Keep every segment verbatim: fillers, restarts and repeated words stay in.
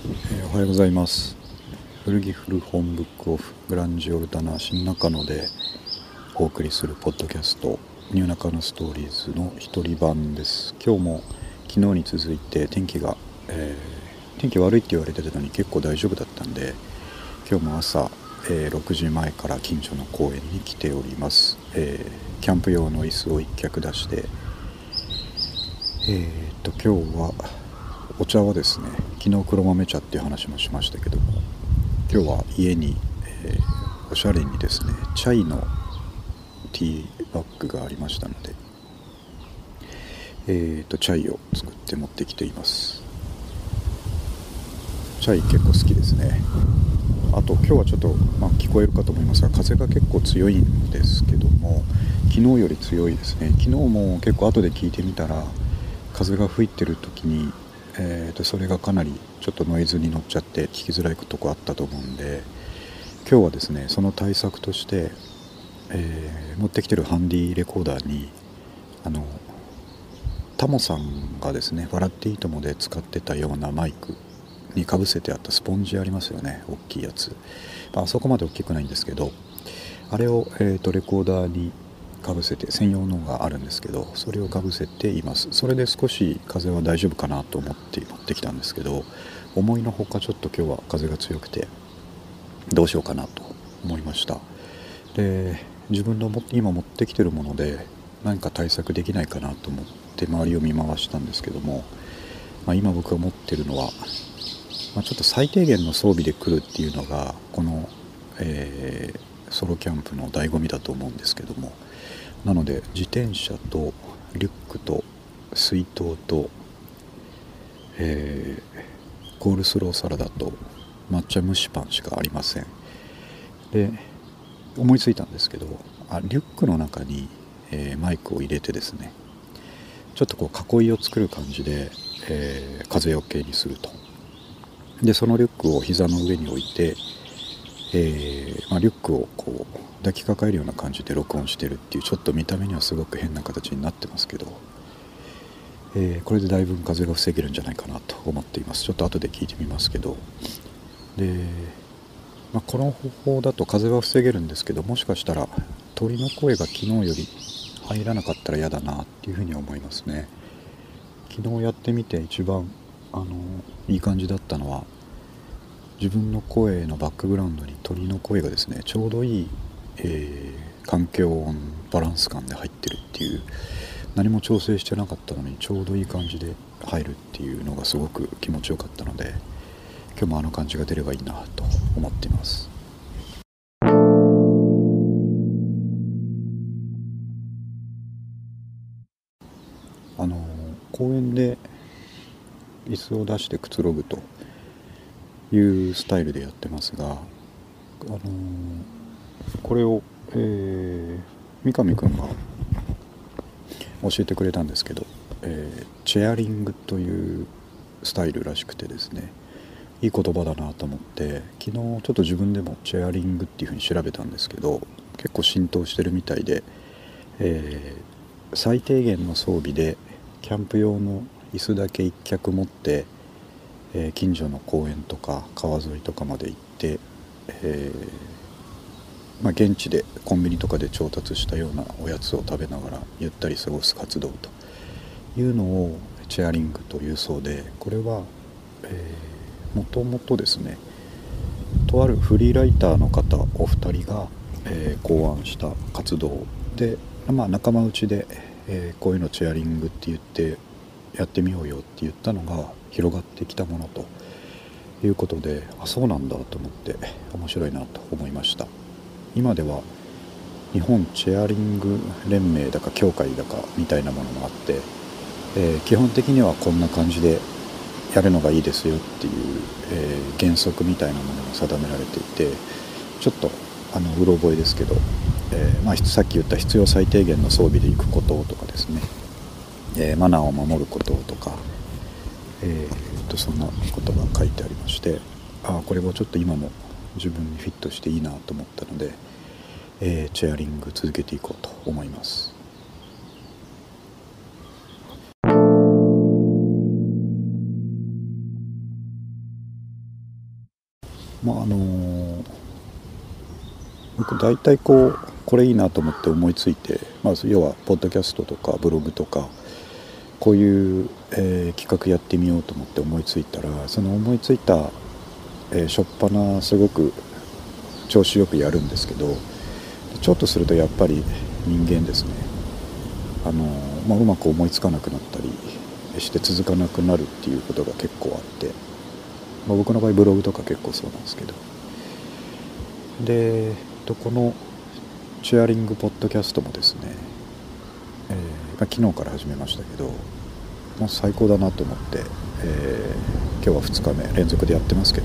えーおはようございます。古着古本ブックオフグランジオルタナ新中野でお送りするポッドキャストニューナカのストーリーズの一人版です。今日も昨日に続いて天気が、えー天気悪いって言われてたのに結構大丈夫だったんで、今日も朝、えーろくじまえから近所の公園に来ております。えーキャンプ用の椅子を一脚出して、えー、っと今日はお茶はですね、昨日黒豆茶っていう話もしましたけども、今日は家に、えーおしゃれにですねチャイのティーバッグがありましたので、えー、とチャイを作って持ってきています。チャイ結構好きですね。あと今日はちょっと、まあ、聞こえるかと思いますが、風が結構強いんですけども、昨日より強いですね。昨日も結構後で聞いてみたら、風が吹いてる時に、えー、とそれがかなりちょっとノイズに乗っちゃって聞きづらいとこあったと思うんで、今日はですねその対策として、えー持ってきてるハンディレコーダーに、あのタモさんがですね笑っていいともで使ってたようなマイクにかぶせてあったスポンジありますよね、大きいやつ。まあそこまで大きくないんですけど、あれを、えー、とレコーダーにかぶせて、専用のがあるんですけど、それをかぶせています。それで少し風は大丈夫かなと思って持ってきたんですけど、思いのほかちょっと今日は風が強くてどうしようかなと思いました。で、自分のも今持ってきてるもので何か対策できないかなと思って周りを見回したんですけども、まあ、今僕が持ってるのは、まあ、ちょっと最低限の装備で来るっていうのがこの、えーソロキャンプの醍醐味だと思うんですけども、なので自転車とリュックと水筒と、えーコールスローサラダと抹茶蒸しパンしかありません。で、思いついたんですけど、あリュックの中に、えーマイクを入れてですね、ちょっとこう囲いを作る感じで、えー風よけにすると。でそのリュックを膝の上に置いて、えーまあ、リュックをこう抱きかかえるような感じで録音してるっていう、ちょっと見た目にはすごく変な形になってますけど、えーこれでだいぶ風が防げるんじゃないかなと思っています。ちょっと後で聞いてみますけど、で、まあ、この方法だと風は防げるんですけど、もしかしたら鳥の声が昨日より入らなかったら嫌だなっていうふうに思いますね。昨日やってみて一番あのいい感じだったのは、自分の声のバックグラウンドに鳥の声がですねちょうどいい、えー環境音バランス感で入ってるっていう、何も調整してなかったのにちょうどいい感じで入るっていうのがすごく気持ちよかったので、今日もあの感じが出ればいいなと思っています。あの公園で椅子を出してくつろぐというスタイルでやってますが、あのこれを、えー三上くんが教えてくれたんですけど、えーチェアリングというスタイルらしくてですね、いい言葉だなと思って、昨日ちょっと自分でもチェアリングっていうふうに調べたんですけど、結構浸透してるみたいで、えー最低限の装備でキャンプ用の椅子だけ一脚持って、えー近所の公園とか川沿いとかまで行って、えーまあ、現地でコンビニとかで調達したようなおやつを食べながらゆったり過ごす活動というのをチェアリングというそうで、これは、えー、もともとですね、とあるフリーライターの方お二人が、えー考案した活動で、まあ、仲間内で、えーこういうのチェアリングって言ってやってみようよって言ったのが広がってきたものということで、あ、そうなんだと思って面白いなと思いました。今では日本チェアリング連盟だか協会だかみたいなものもあって、えー基本的にはこんな感じでやるのがいいですよっていう、えー原則みたいなものが定められていて、ちょっとあのうろ覚えですけど、えーまあ、さっき言った必要最低限の装備で行くこととかですね、えーマナーを守ることとか、えー、とそんなことが書いてありまして、ああこれはちょっと今も自分にフィットしていいなと思ったので、えーチェアリング続けていこうと思います。 まああの僕大体こうこれいいなと思って思いついて、まあ、要はポッドキャストとかブログとかこういう、えー企画やってみようと思って思いついたら、その思いついた、えー、初っ端すごく調子よくやるんですけど、ちょっとするとやっぱり人間ですね、あの、まあ、うまく思いつかなくなったりして続かなくなるっていうことが結構あって、まあ、僕の場合ブログとか結構そうなんですけど、でこのチェアリングポッドキャストもですね、えーまあ、昨日から始めましたけど、もう最高だなと思って、えー今日はふつかめ連続でやってますけど、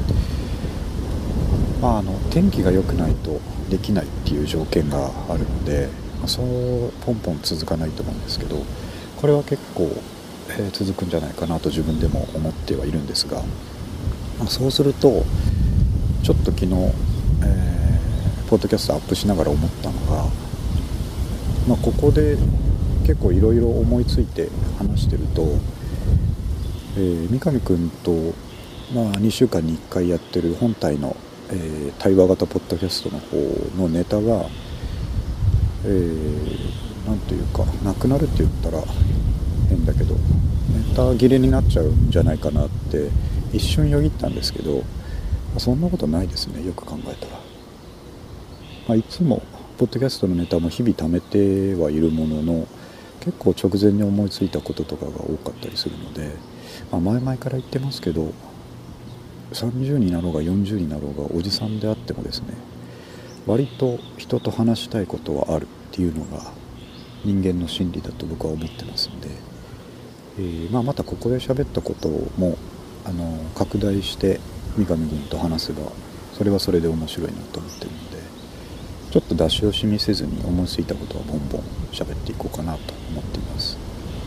まあ、あの天気が良くないとできないっていう条件があるので、まあ、そうポンポン続かないと思うんですけど、これは結構、えー続くんじゃないかなと自分でも思ってはいるんですが、まあ、そうするとちょっと昨日、えーポッドキャストアップしながら思ったのが、まあ、ここで結構いろいろ思いついて話してると、えー三上君と、まあ、にしゅうかんにいっかいやってる本体の、えー対話型ポッドキャストの方のネタが、えーなんというかなくなるって言ったら変だけど、ネタ切れになっちゃうんじゃないかなって一瞬よぎったんですけど、そんなことないですね、よく考えたら。まあ、いつもポッドキャストのネタも日々貯めてはいるものの、結構直前に思いついたこととかが多かったりするので、まあ、前々から言ってますけど、さんじゅうになろうがよんじゅうになろうがおじさんであってもですね、割と人と話したいことはあるっていうのが人間の心理だと僕は思ってますんで、えーまあ、またここで喋ったこともあの拡大して三上君と話せばそれはそれで面白いなと思ってるので、ちょっと出し惜しみせずに思いついたことはボンボン喋っていこうかなと思っています。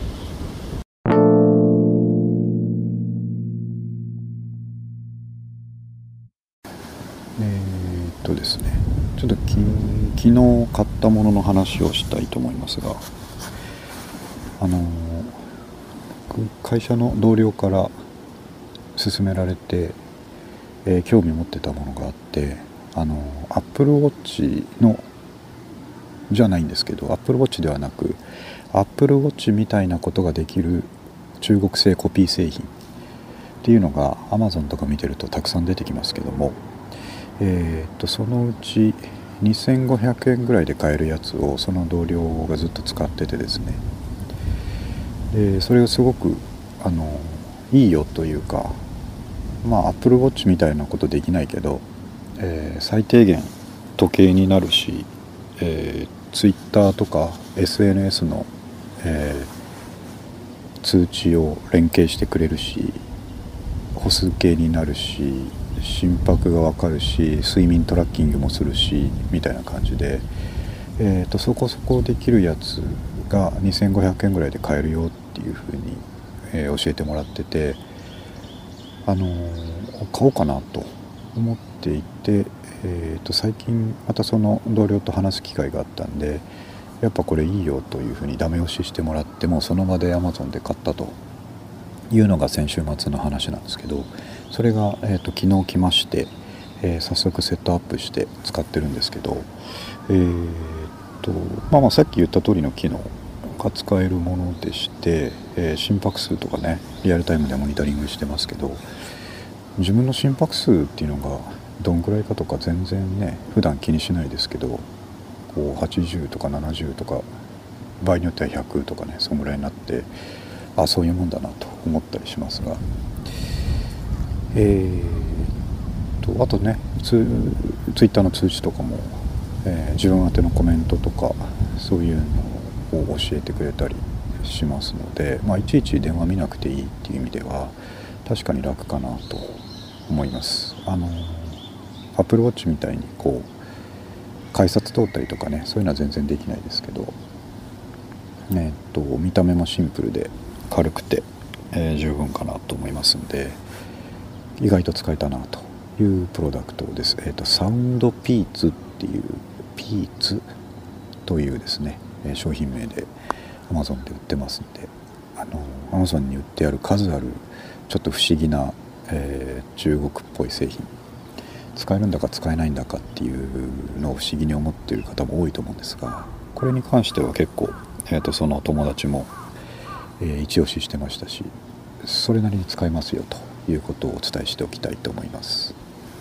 えー、っとですねちょっとき昨日買ったものの話をしたいと思いますが、あの会社の同僚から勧められて、えー興味持ってたものがあって、あの Apple Watch のじゃないんですけど Apple Watch ではなく Apple Watch みたいなことができる中国製コピー製品っていうのが Amazon とか見てるとたくさん出てきますけども、えー、っとそのうちにせんごひゃくえんぐらいで買えるやつをその同僚がずっと使っててですね、でそれがすごくあのいいよというか、まあ Apple Watch みたいなことできないけど、えー最低限時計になるし、えー Twitter とか エスエヌエス の、えー通知を連携してくれるし、歩数計になるし、心拍がわかるし、睡眠トラッキングもするしみたいな感じで、えー、とそこそこできるやつがにせんごひゃくえんぐらいで買えるよっていうふうに、えー教えてもらってて、あのー買おうかなと思っていて、えー、と最近またその同僚と話す機会があったんで、やっぱこれいいよというふうにダメ押ししてもらって、もうその場で Amazon で買ったというのが先週末の話なんですけど、それが、えー、と昨日来まして、えー早速セットアップして使ってるんですけど、えーとまあ、まあさっき言った通りの機能が使えるものでして、えー心拍数とかねリアルタイムでモニタリングしてますけど、自分の心拍数っていうのがどんくらいかとか全然ね普段気にしないですけど、こうはちじゅうとかななじゅうとか場合によってはひゃくとかね、そんぐらいになって、あそういうもんだなと思ったりしますが、えー、とあとねツツイッターの通知とかも、えー自分宛てのコメントとかそういうのを教えてくれたりしますので、まあ、いちいち電話見なくていいっていう意味では確かに楽かなと思います。あの Apple Watch みたいにこう改札通ったりとかね、そういうのは全然できないですけど、えーっと見た目もシンプルで軽くて、えー十分かなと思いますんで、意外と使えたなというプロダクトです。えーっとサウンドピーツっていうピーツというですね、えー商品名で Amazon で売ってますんで、あの Amazon に売ってある数あるちょっと不思議な、えー中国っぽい製品使えるんだか使えないんだかっていうのを不思議に思っている方も多いと思うんですが、これに関しては結構、えー、とその友達も、えー、一押ししてましたし、それなりに使えますよということをお伝えしておきたいと思います。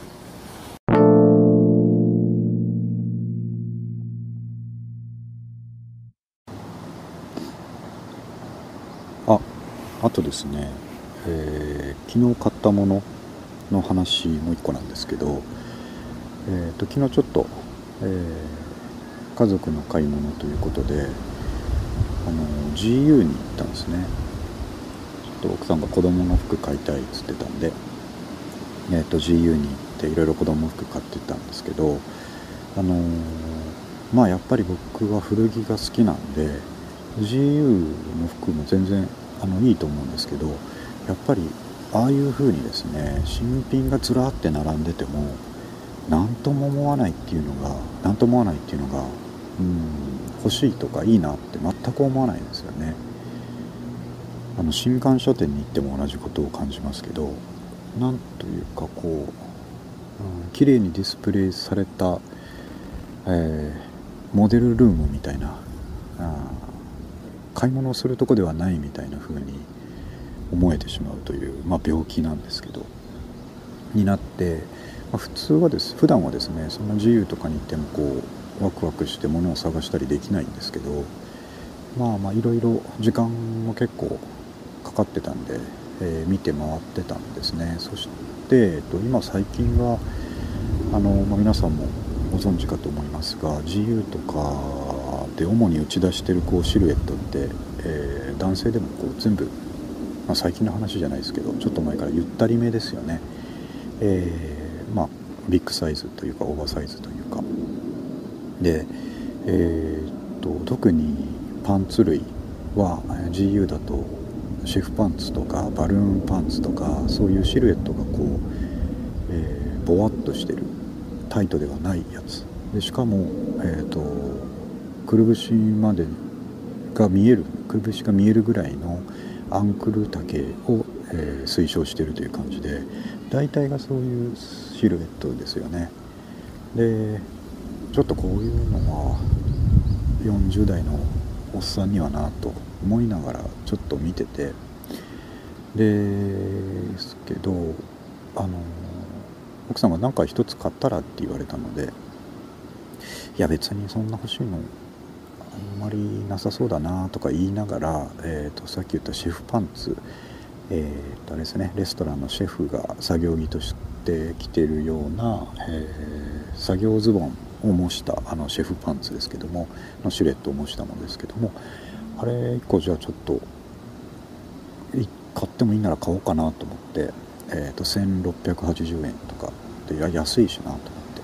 あ、あとですね、えー、昨日買ったものの話もう一個なんですけど、えー、と昨日ちょっと、えー、家族の買い物ということで、あの ジーユー に行ったんですね。ちょっと奥さんが子供の服買いたいっつってたんで、えー、と ジーユー に行っていろいろ子供服買ってたんですけど、あのー、まあやっぱり僕は古着が好きなんで ジーユー の服も全然あのいいと思うんですけど、やっぱりああいう風にですね、新品がずらーって並んでても何とも思わないっていうのが何とも思わないっていうのがうん欲しいとかいいなって全く思わないんですよね。あの新刊書店に行っても同じことを感じますけど、なんというかこう、うん、綺麗にディスプレイされた、えー、モデルルームみたいな、あ買い物をするとこではないみたいな風に思えてしまうという、まあ、病気なんですけどになって、まあ、普通はです普段はですね、そんな自由とかに行ってもこうワクワクして物を探したりできないんですけど、まあまあいろいろ時間も結構かかってたんで、えー見て回ってたんですね。そして、えっと、今最近はあの、まあ、皆さんもご存知かと思いますが ジーユー とかで主に打ち出してるこうシルエットって、えー男性でもこう全部、まあ、最近の話じゃないですけどちょっと前からゆったりめですよね。えーまあビッグサイズというかオーバーサイズというかで、えー、と特にパンツ類は ジーユー だとシェフパンツとかバルーンパンツとかそういうシルエットがこう、えー、ボワッとしてるタイトではないやつで、しかも、えー、とくるぶしまでが見えるくるぶしが見えるぐらいのアンクル丈を、えー推奨しているという感じで、大体がそういうシルエットですよね。でちょっとこういうのはよんじゅう代のおっさんにはなと思いながらちょっと見てて、ですけどあの奥さんが何か一つ買ったらって言われたので、いや別にそんな欲しいのあんまりなさそうだなとか言いながら、えー、とさっき言ったシェフパンツ、えー、とあれですね、レストランのシェフが作業着として着てるような、えー作業ズボンを模したあのシェフパンツですけどものシルエットを模したものですけども、あれいっこじゃあちょっとい買ってもいいなら買おうかなと思って、えー、とせんろっぴゃくはちじゅうえんとかで、いや安いしなと思って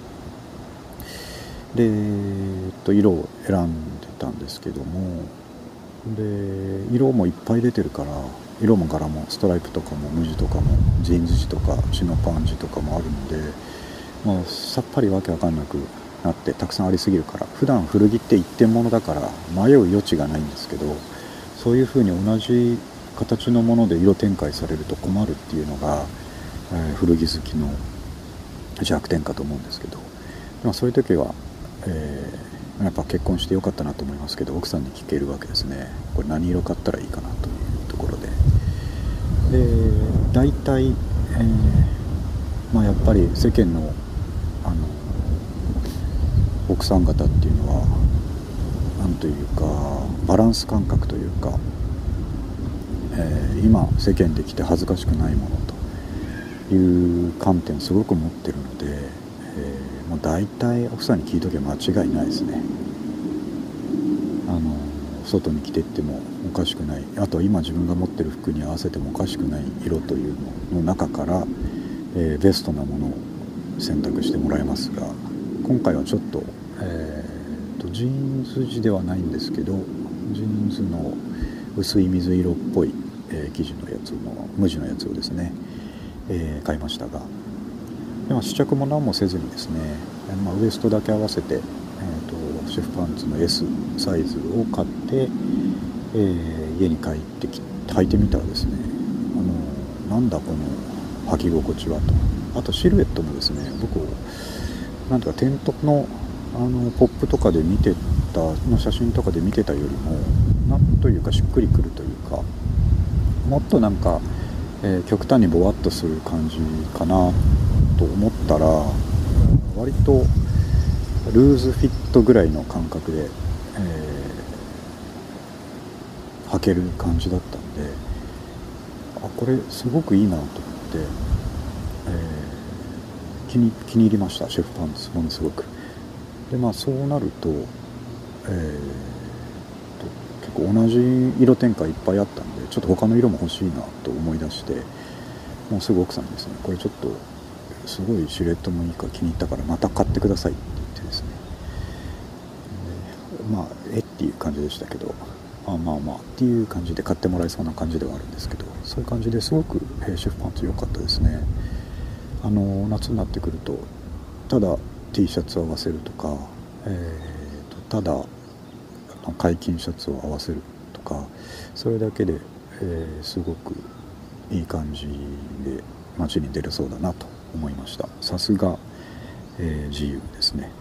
、で、えー、と色を選んでたんですけども、で色もいっぱい出てるから、色も柄もストライプとかも無地とかもジーンズ地とかチノパン地とかもあるので、まあ、さっぱりわけわかんなくなってたくさんありすぎるから、普段古着って一点物だから迷う余地がないんですけど、そういう風に同じ形のもので色展開されると困るっていうのが、えー古着好きの弱点かと思うんですけど、まあ、そういう時は、えーやっぱ結婚してよかったなと思いますけど、奥さんに聞けるわけですね。これ何色買ったらいいかなというところで、で大体、えーまあ、やっぱり世間のあの奥さん方っていうのはなんというかバランス感覚というか、えー今世間で着て恥ずかしくないものという観点をすごく持ってるので、えーもう大体奥さんに聞いとけば間違いないですね。あの外に着てってもおかしくない、あと今自分が持ってる服に合わせてもおかしくない色というのの中から、えーベストなものを選択してもらえますが、今回はちょっと、えーとジーンズ地ではないんですけど、ジーンズの薄い水色っぽい、えー生地のやつの無地のやつをですね、えー買いましたが、でも試着も何もせずにですね、まあ、ウエストだけ合わせて、えー、とシェフパンツの エス サイズを買って、えー家に帰ってき履いてみたらですね、あのなんだこの履き心地はとあとシルエットもですね、僕なんとかテントのあのポップとかで見てたの写真とかで見てたよりもなんというかしっくりくるというか、もっとなんか、えー、極端にボワッとする感じかなと思ったら、割とルーズフィットぐらいの感覚で、えー、履ける感じだったんで、あ、これすごくいいなと思って、えー、気に、気に入りました。シェフパンツものすごく。でまあそうなると、えー、と結構同じ色展開いっぱいあったんで、ちょっと他の色も欲しいなと思い出して、もうすぐ奥さんにですね、これちょっとすごいシルエットもいいから気に入ったからまた買ってくださいって言ってですね、でまあえっていう感じでしたけど、あまあまあっていう感じで買ってもらえそうな感じではあるんですけど、そういう感じですごく、えー、シェフパンツ良かったですね。あの夏になってくるとただ T シャツを合わせるとか、えー、とただ解禁シャツを合わせるとか、それだけで、えー、すごくいい感じで街に出れそうだなと思いました。さすが、えー、自由ですね。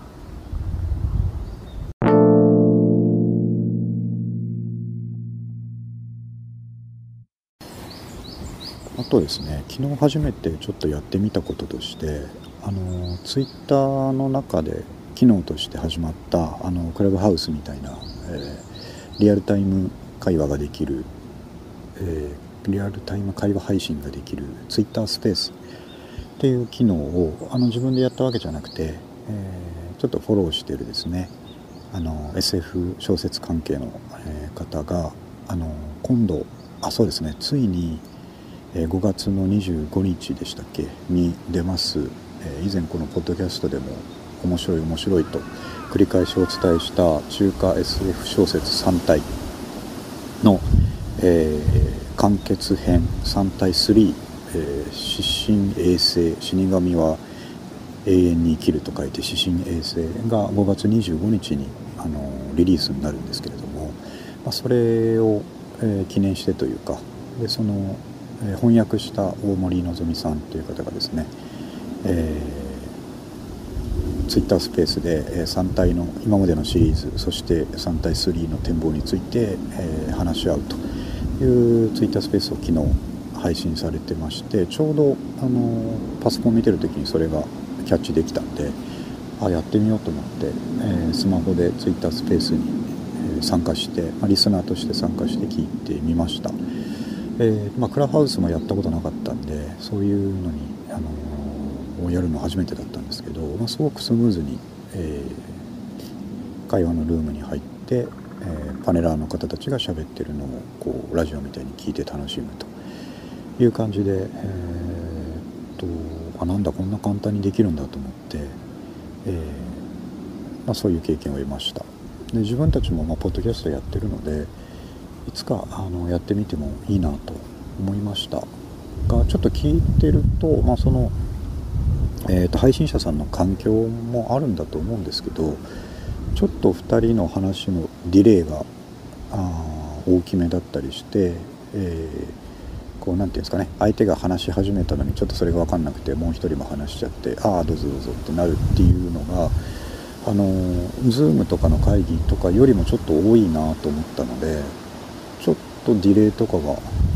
あとですね、昨日初めてちょっとやってみたこととして、あのツイッターの中で機能として始まったあのクラブハウスみたいな、えー、リアルタイム会話ができる、えー、リアルタイム会話配信ができるツイッタースペースっていう機能をあの自分でやったわけじゃなくて、えー、ちょっとフォローしてるですね、あの エスエフ 小説関係の、えー、方があの今度あそうですねついにごがつのにじゅうごにちでしたっけに出ます。以前このポッドキャストでも面白い面白いと繰り返しお伝えした中華 エスエフ 小説さん体の、えー、完結編さん体さん、えー、死神衛星、死神は永遠に生きると書いて死神衛星がごがつにじゅうごにちにあのリリースになるんですけれども、まあ、それを、えー、記念してというかでその翻訳した大森のぞみさんという方がですね、えー、ツイッタースペースでさん体の今までのシリーズ、そしてさん体さんの展望について、えー、話し合うというツイッタースペースを昨日配信されてまして、ちょうどあのパソコン見てる時にそれがキャッチできたんで、あやってみようと思って、えー、スマホでツイッタースペースに、えー、参加して、まあ、リスナーとして参加して聞いてみました。えーまあ、クラブハウスもやったことなかったんで、そういうのに、あのー、やるの初めてだったんですけど、まあ、すごくスムーズに、えー、会話のルームに入って、えー、パネラーの方たちが喋ってるのをこうラジオみたいに聞いて楽しむという感じで、えー、とあなんだこんな簡単にできるんだと思って、えーまあ、そういう経験を得ました。で自分たちもまあポッドキャストやってるので、いつかあのやってみてもいいなと思いましたが、ちょっと聞いてると、まあそのえー、と配信者さんの環境もあるんだと思うんですけど、ちょっとふたりの話のディレイがあ大きめだったりして、えー、こうなんていうんですかね、相手が話し始めたのにちょっとそれが分かんなくてもう一人も話しちゃって、ああどうぞどうぞってなるっていうのが、あの Zoom とかの会議とかよりもちょっと多いなと思ったので、ちょっとディレイとかが、うん、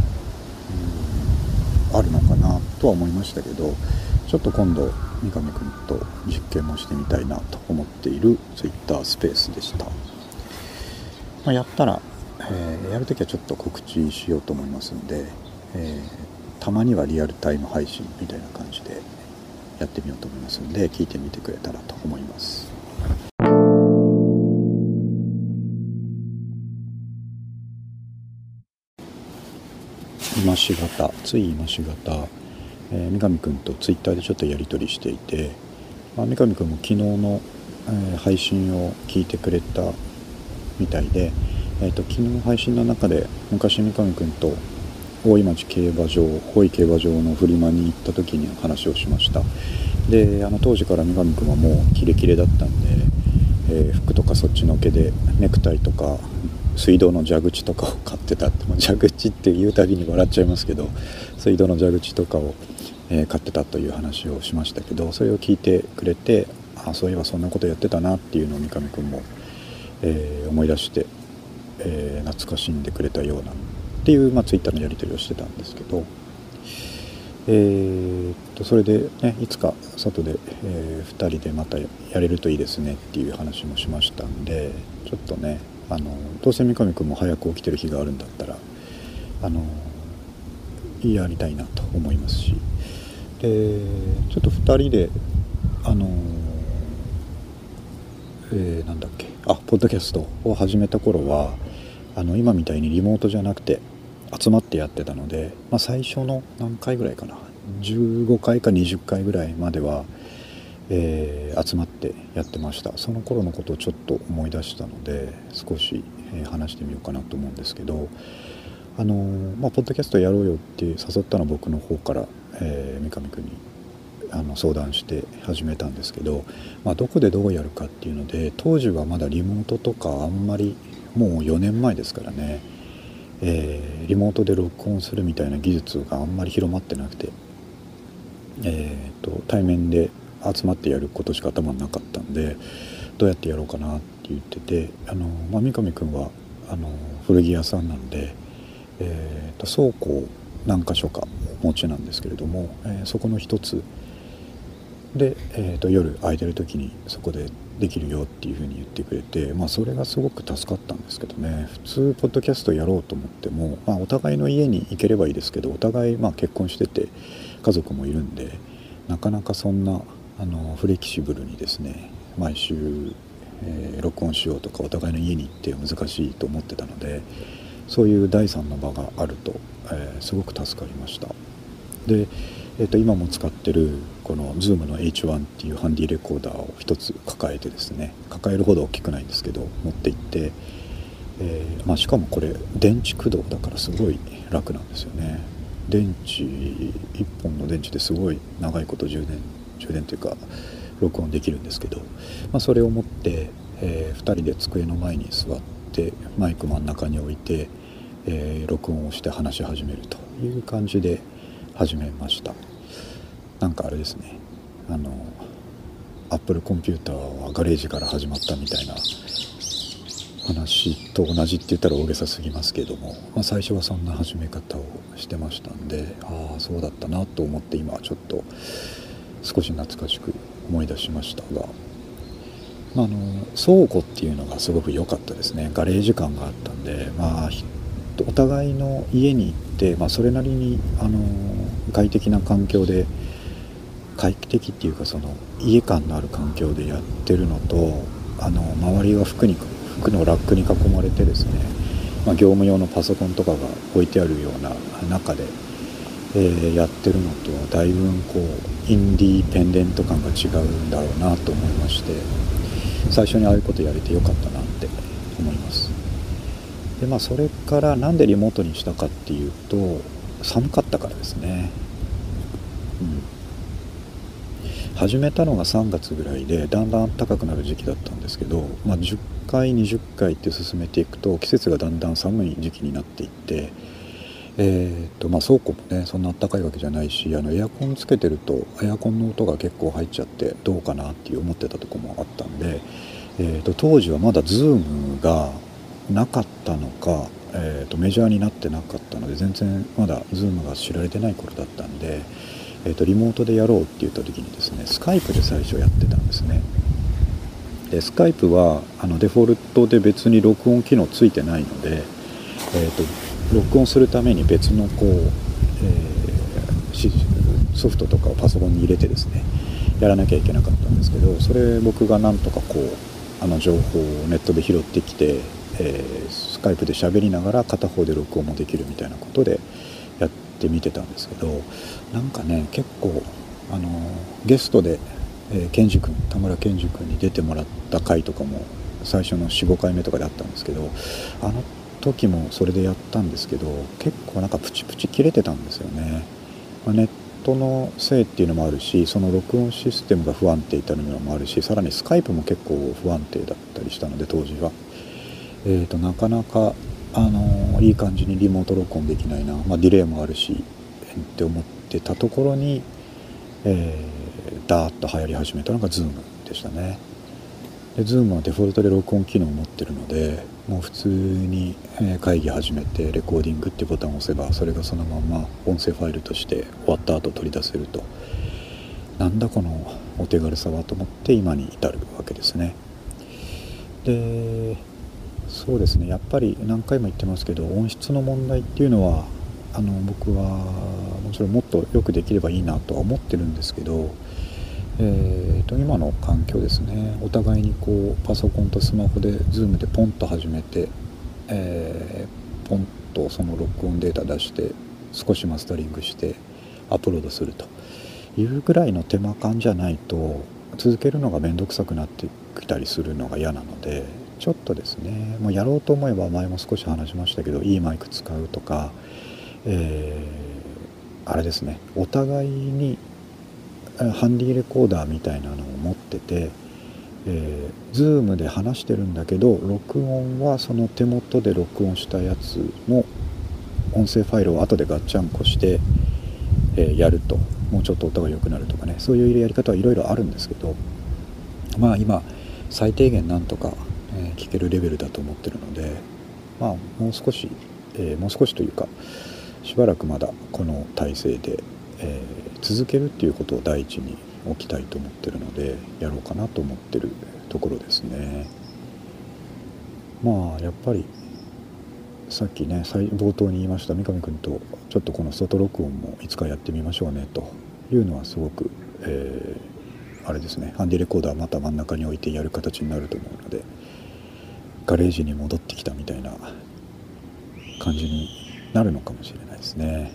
あるのかなとは思いましたけど、ちょっと今度三上くんと実験もしてみたいなと思っている Twitter スペースでした。まあ、やったら、えー、やるときはちょっと告知しようと思いますんで、えー、たまにはリアルタイム配信みたいな感じでやってみようと思いますので、聞いてみてくれたらと思います。今しがたつい今しがた、えー、三上くんとツイッターでちょっとやり取りしていて、まあ、三上くんも昨日の、えー、配信を聞いてくれたみたいで、えー、と昨日の配信の中で昔三上くんと大井町競馬場大井競馬場のフリマに行った時に話をしました。であの当時から三上くんはもうキレキレだったんで、えー、服とかそっちのけでネクタイとか水道の蛇口とかを買ってたって、まあ、蛇口って言うたびに笑っちゃいますけど、水道の蛇口とかを、 えー飼ってたという話をしましたけど、それを聞いてくれて、あそういえばそんなことやってたなっていうのを三上くんも、えー思い出して、えー懐かしんでくれたようなっていう、まあ、ツイッターのやり取りをしてたんですけど、えー、っとそれで、ね、いつか外で、えー、ふたりでまたやれるといいですねっていう話もしましたんで、ちょっとね、あのどうせ三上君も早く起きてる日があるんだったらあのやりたいなと思いますし、でちょっとふたりであの、えーなんだっけあポッドキャストを始めた頃はあの今みたいにリモートじゃなくて集まってやってたので、まあ、最初の何回ぐらいかな、じゅうごかいかにじゅっかいぐらいまでは、えー集まってやってました。その頃のことをちょっと思い出したので少し、えー話してみようかなと思うんですけど、あのーまあ、ポッドキャストやろうよって誘ったのは僕の方から、えー三上君にあの相談して始めたんですけど、まあ、どこでどうやるかっていうので、当時はまだリモートとかあんまり、もうよねんまえですからね、えーリモートで録音するみたいな技術があんまり広まってなくて、えーと対面で集まってやることしか頭になかったんで、どうやってやろうかなって言ってて、あの、まあ、三上君はあの古着屋さんなんで、えーと倉庫を何か所かお持ちなんですけれども、えーそこの一つで、えーと夜空いてる時にそこでできるよっていうふうに言ってくれて、まあ、それがすごく助かったんですけどね。普通ポッドキャストやろうと思っても、まあ、お互いの家に行ければいいですけど、お互いまあ結婚してて家族もいるんで、なかなかそんなあのフレキシブルにですね毎週、えー録音しようとかお互いの家に行って難しいと思ってたので、そういう第三の場があると、えーすごく助かりました。で、えーと今も使ってるこの Zoom の エイチワン っていうハンディレコーダーを一つ抱えてですね、抱えるほど大きくないんですけど持って行って、えーまあ、しかもこれ電池駆動だからすごい楽なんですよね。電池いっぽんの電池ですごい長いこと充電充電というか録音できるんですけど、まあ、それを持って、えーふたりで机の前に座ってマイク真ん中に置いて、えー録音をして話し始めるという感じで始めました。なんかあれですね、あのアップルコンピューターはガレージから始まったみたいな話と同じって言ったら大げさすぎますけども、まあ、最初はそんな始め方をしてましたんで、ああそうだったなと思って今ちょっと少し懐かしく思い出しましたが、まあ、あの倉庫っていうのがすごく良かったですね。ガレージ感があったんで、まあ、お互いの家に行って、まあ、それなりにあの快適な環境で快適っていうかその家感のある環境でやってるのと、あの周りは服に服のラックに囲まれてですね、まあ、業務用のパソコンとかが置いてあるような中で、えーやってるのとはだいぶこうインディーペンデント感が違うんだろうなと思いまして、最初にああいうことやれてよかったなって思います。でまあそれからなんでリモートにしたかっていうと、寒かったからですね。うん始めたのがさんがつぐらいでだんだん暖かくなる時期だったんですけど、まあ、じゅっかいにじゅっかいって進めていくと季節がだんだん寒い時期になっていって、えーとまあ、倉庫もねそんな暖かいわけじゃないし、あのエアコンつけてるとエアコンの音が結構入っちゃってどうかなっていう思ってたとこもあったんで、えーと当時はまだ Zoom がなかったのか、えーとメジャーになってなかったので全然まだ Zoom が知られてない頃だったんで、えーとリモートでやろうって言った時にですねスカイプで最初やってたんですね。でスカイプはあのデフォルトで別に録音機能ついてないので、えーと録音するために別のこう、えーソフトとかをパソコンに入れてですねやらなきゃいけなかったんですけど、それ僕がなんとかこうあの情報をネットで拾ってきて、えースカイプで喋りながら片方で録音もできるみたいなことでやってみてたんですけど、なんかね結構あのゲストで、えー、ケンジ君田村健二君に出てもらった回とかも最初の よん,ご 回目とかであったんですけど、あの時もそれでやったんですけど結構なんかプチプチ切れてたんですよね。まあ、ネットのせいっていうのもあるし、その録音システムが不安定っていうのもあるし、さらにスカイプも結構不安定だったりしたので当時は、えーとなかなか、あのーいい感じにリモート録音できないな、まあ、ディレイもあるしって思ってたところに、 えー、ダーッと流行り始めたのが Zoom でしたね。で Zoom はデフォルトで録音機能を持ってるので、もう普通に会議始めてレコーディングっていうボタンを押せば、それがそのまま音声ファイルとして終わった後取り出せると。なんだこのお手軽さはと思って今に至るわけですね。でそうですね、やっぱり何回も言ってますけど、音質の問題っていうのはあの僕はもちろんもっとよくできればいいなとは思ってるんですけど、えー、と今の環境ですね、お互いにこうパソコンとスマホで Zoom でポンと始めて、えー、ポンとその録音データ出して少しマスタリングしてアップロードするというぐらいの手間感じゃないと続けるのが面倒くさくなってきたりするのが嫌なので、ちょっとですね、もうやろうと思えば前も少し話しましたけど、いいマイク使うとか、えー、あれですね、お互いにハンディレコーダーみたいなのを持ってて、えー、Zoom で話してるんだけど録音はその手元で録音したやつの音声ファイルを後でガッチャンコして、えー、やるともうちょっと音が良くなるとかね、そういうやり方はいろいろあるんですけど、まあ今最低限なんとか、えー、聞けるレベルだと思ってるので、まあもう少し、えー、もう少しというかしばらくまだこの体制で、えー、続けるっていうことを第一に置きたいと思ってるので、やろうかなと思ってるところですね。まあやっぱりさっきね冒頭に言いました三上君とちょっとこの外録音もいつかやってみましょうねというのはすごく、えー、あれですね、ハンディレコーダーまた真ん中に置いてやる形になると思うので、ガレージに戻ってきたみたいな感じになるのかもしれないですね。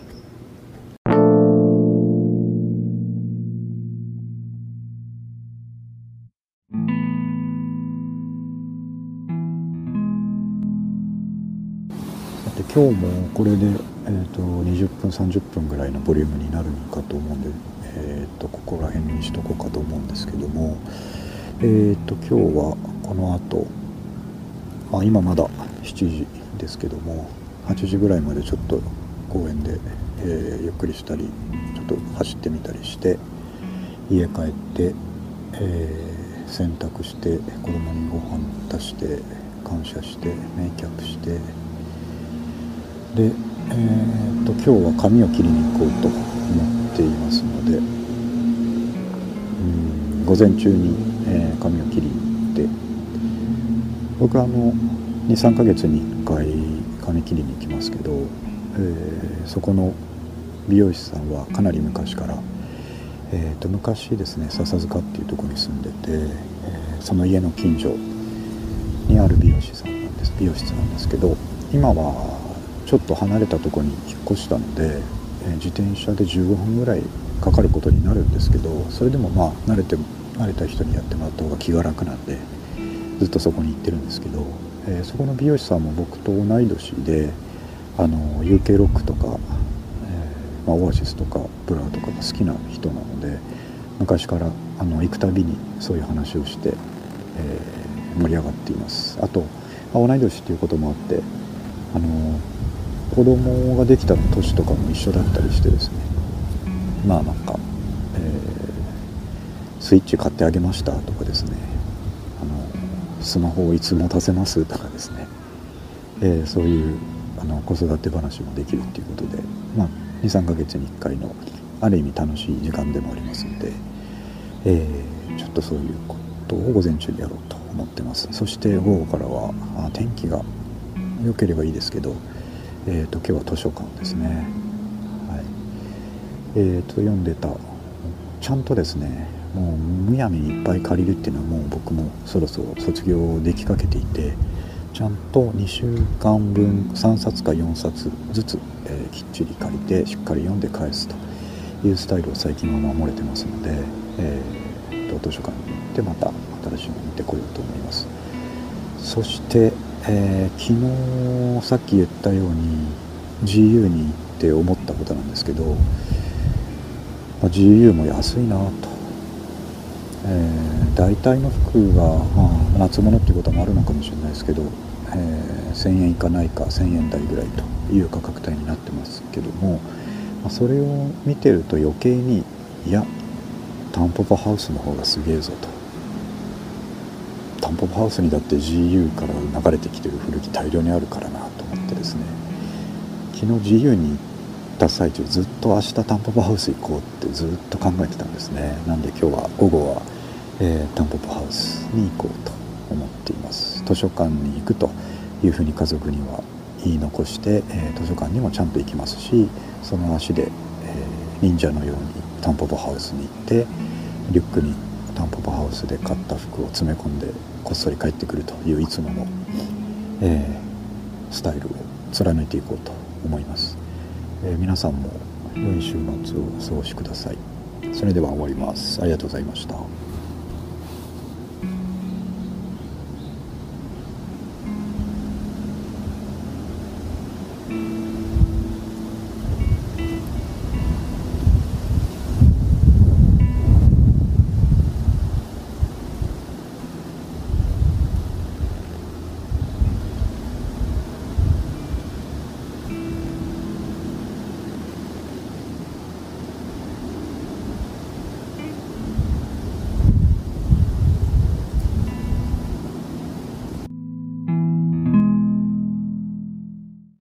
で今日もこれで、えー、とにじゅっぷんさんじゅっぷんぐらいのボリュームになるのかと思うんで、えー、とここら辺にしとこうかと思うんですけども、えー、と今日はこの後、まあ、今まだしちじですけどもはちじぐらいまでちょっと公園で、えー、ゆっくりしたりちょっと走ってみたりして家帰って、えー、洗濯して子供にご飯出して感謝してメイキャップしてで、えー、と今日は髪を切りに行こうと思っていますので、うん午前中に、えー、髪を切りに行って、僕はあの にさんかげつにいっかい髪切りに行きますけど、えー、そこの美容師さんはかなり昔から、えー、と昔ですね笹塚っていうところに住んでて、えー、その家の近所にある美容師さんなんです美容室なんですけど、今はちょっと離れたところに引っ越したので、えー、自転車でじゅうごふんぐらいかかることになるんですけど、それでもまあ慣れて慣れた人にやってもらった方が気が楽なんでずっとそこに行ってるんですけど、えー、そこの美容師さんも僕と同い年で、あの ユーケー ロックとか、えーまあ、オアシスとかブラウとかが好きな人なので、昔からあの行くたびにそういう話をして、えー、盛り上がっています。あと、まあ、同い年っていうこともあってあの子供ができた年とかも一緒だったりしてですね、まあなんか、えー、スイッチ買ってあげましたとかですね、あのスマホをいつ持たせますとかですね、えー、そういうあの子育て話もできるっていうことで、まあ、にさんかげつにいっかいのある意味楽しい時間でもありますので、えー、ちょっとそういうことを午前中にやろうと思ってます。そして午後からはあ天気が良ければいいですけど、えー、と今日は図書館ですね、はいえー、と読んでたちゃんとですね、もうむやみにいっぱい借りるっていうのはもう僕もそろそろ卒業できかけていて、ちゃんとにしゅうかんぶんさんさつかよんさつずつ、えー、きっちり借りてしっかり読んで返すというスタイルを最近は守れてますので、えー、と図書館に行ってまた新しいのを見てこようと思います。そして、えー、昨日さっき言ったように ジーユー に行って思ったことなんですけど、まあ、ジーユー も安いなと、えー、大体の服が、まあ、夏物っていうこともあるのかもしれないですけど、えー、せんえんいかないかせんえん台ぐらいという価格帯になってますけども、まあ、それを見てると余計にいやタンポポハウスの方がすげえぞと。タンポポハウスにだって ジーユー から流れてきてる古着大量にあるからなと思ってですね、昨日 ジーユー に行った最中ずっと明日タンポポハウス行こうってずっと考えてたんですね。なんで今日は午後は、えー、タンポポハウスに行こうと思っています。図書館に行くというふうに家族には言い残して、えー、図書館にもちゃんと行きますし、その足で、えー、忍者のようにタンポポハウスに行ってリュックにタンポポハウスで買った服を詰め込んでこっそり帰ってくるといういつもの、えー、スタイルを貫いていこうと思います。えー、皆さんも良い週末をお過ごしください。それでは終わります。ありがとうございました。